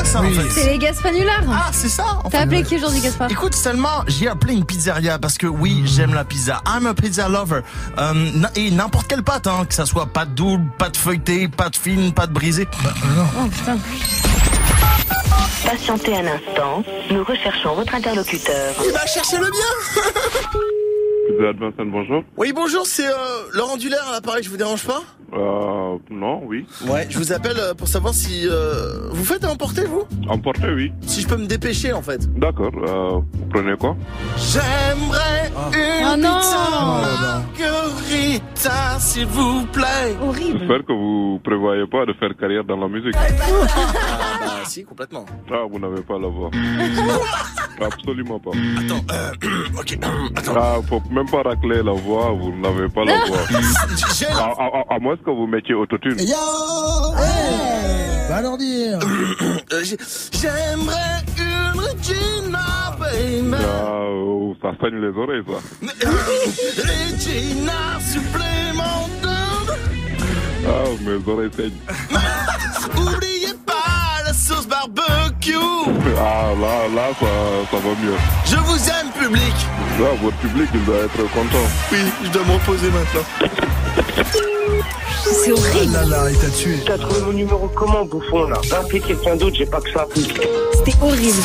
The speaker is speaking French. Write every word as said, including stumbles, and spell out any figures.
ça Oui. en fait. C'est les Gaspanulars. Ah, c'est ça en T'as fait. appelé qui aujourd'hui, Gaspard? Écoute, seulement, j'ai appelé une pizzeria parce que oui, j'aime la pizza. I'm a pizza lover. Euh, n- et n'importe quelle pâte, hein, que ça soit pâte double, pâte feuilletée, pâte fine, pâte brisée. Bah, euh, non. Oh putain. Patientez un instant, nous recherchons votre interlocuteur. Eh ben, cherchez-le bien. Pizza Advanced, bonjour. Oui, bonjour, c'est euh, Laurent Dullaire à l'appareil, je vous dérange pas? Euh, non, oui. Ouais, je vous appelle euh, pour savoir si euh, vous faites à emporter, vous? Emporter, oui. Si je peux me dépêcher, en fait. D'accord. Euh, vous prenez quoi? J'aimerais une Oh non. pizza Oh non. margarita, s'il vous plaît. Horrible. J'espère que vous prévoyez pas de faire carrière dans la musique. Ah bah si, complètement. Ah, vous n'avez pas la voix. Absolument pas. Attends, euh, ok, attends. Ah, faut même pas racler la voix, vous n'avez pas la voix. J'ai À, à, à- à moins que vous mettiez autotune. Yo hey Va leur dire. euh, j'ai- J'aimerais une Regina, baby. Ah, oh, ça saigne les oreilles, ça. Regina supplémentaire. Ah, mes oreilles saignent. Oubliez pas la sauce barbecue. Ah, là, là, ça, ça va mieux. Je vous aime, public. Là, votre public, il doit être content. Oui, je dois me reposer maintenant. C'est Ah horrible. là là, il t'a tué. T'as trouvé mon numéro comment, bouffon, là? Va appeler quelqu'un d'autre, j'ai pas que ça. C'était horrible.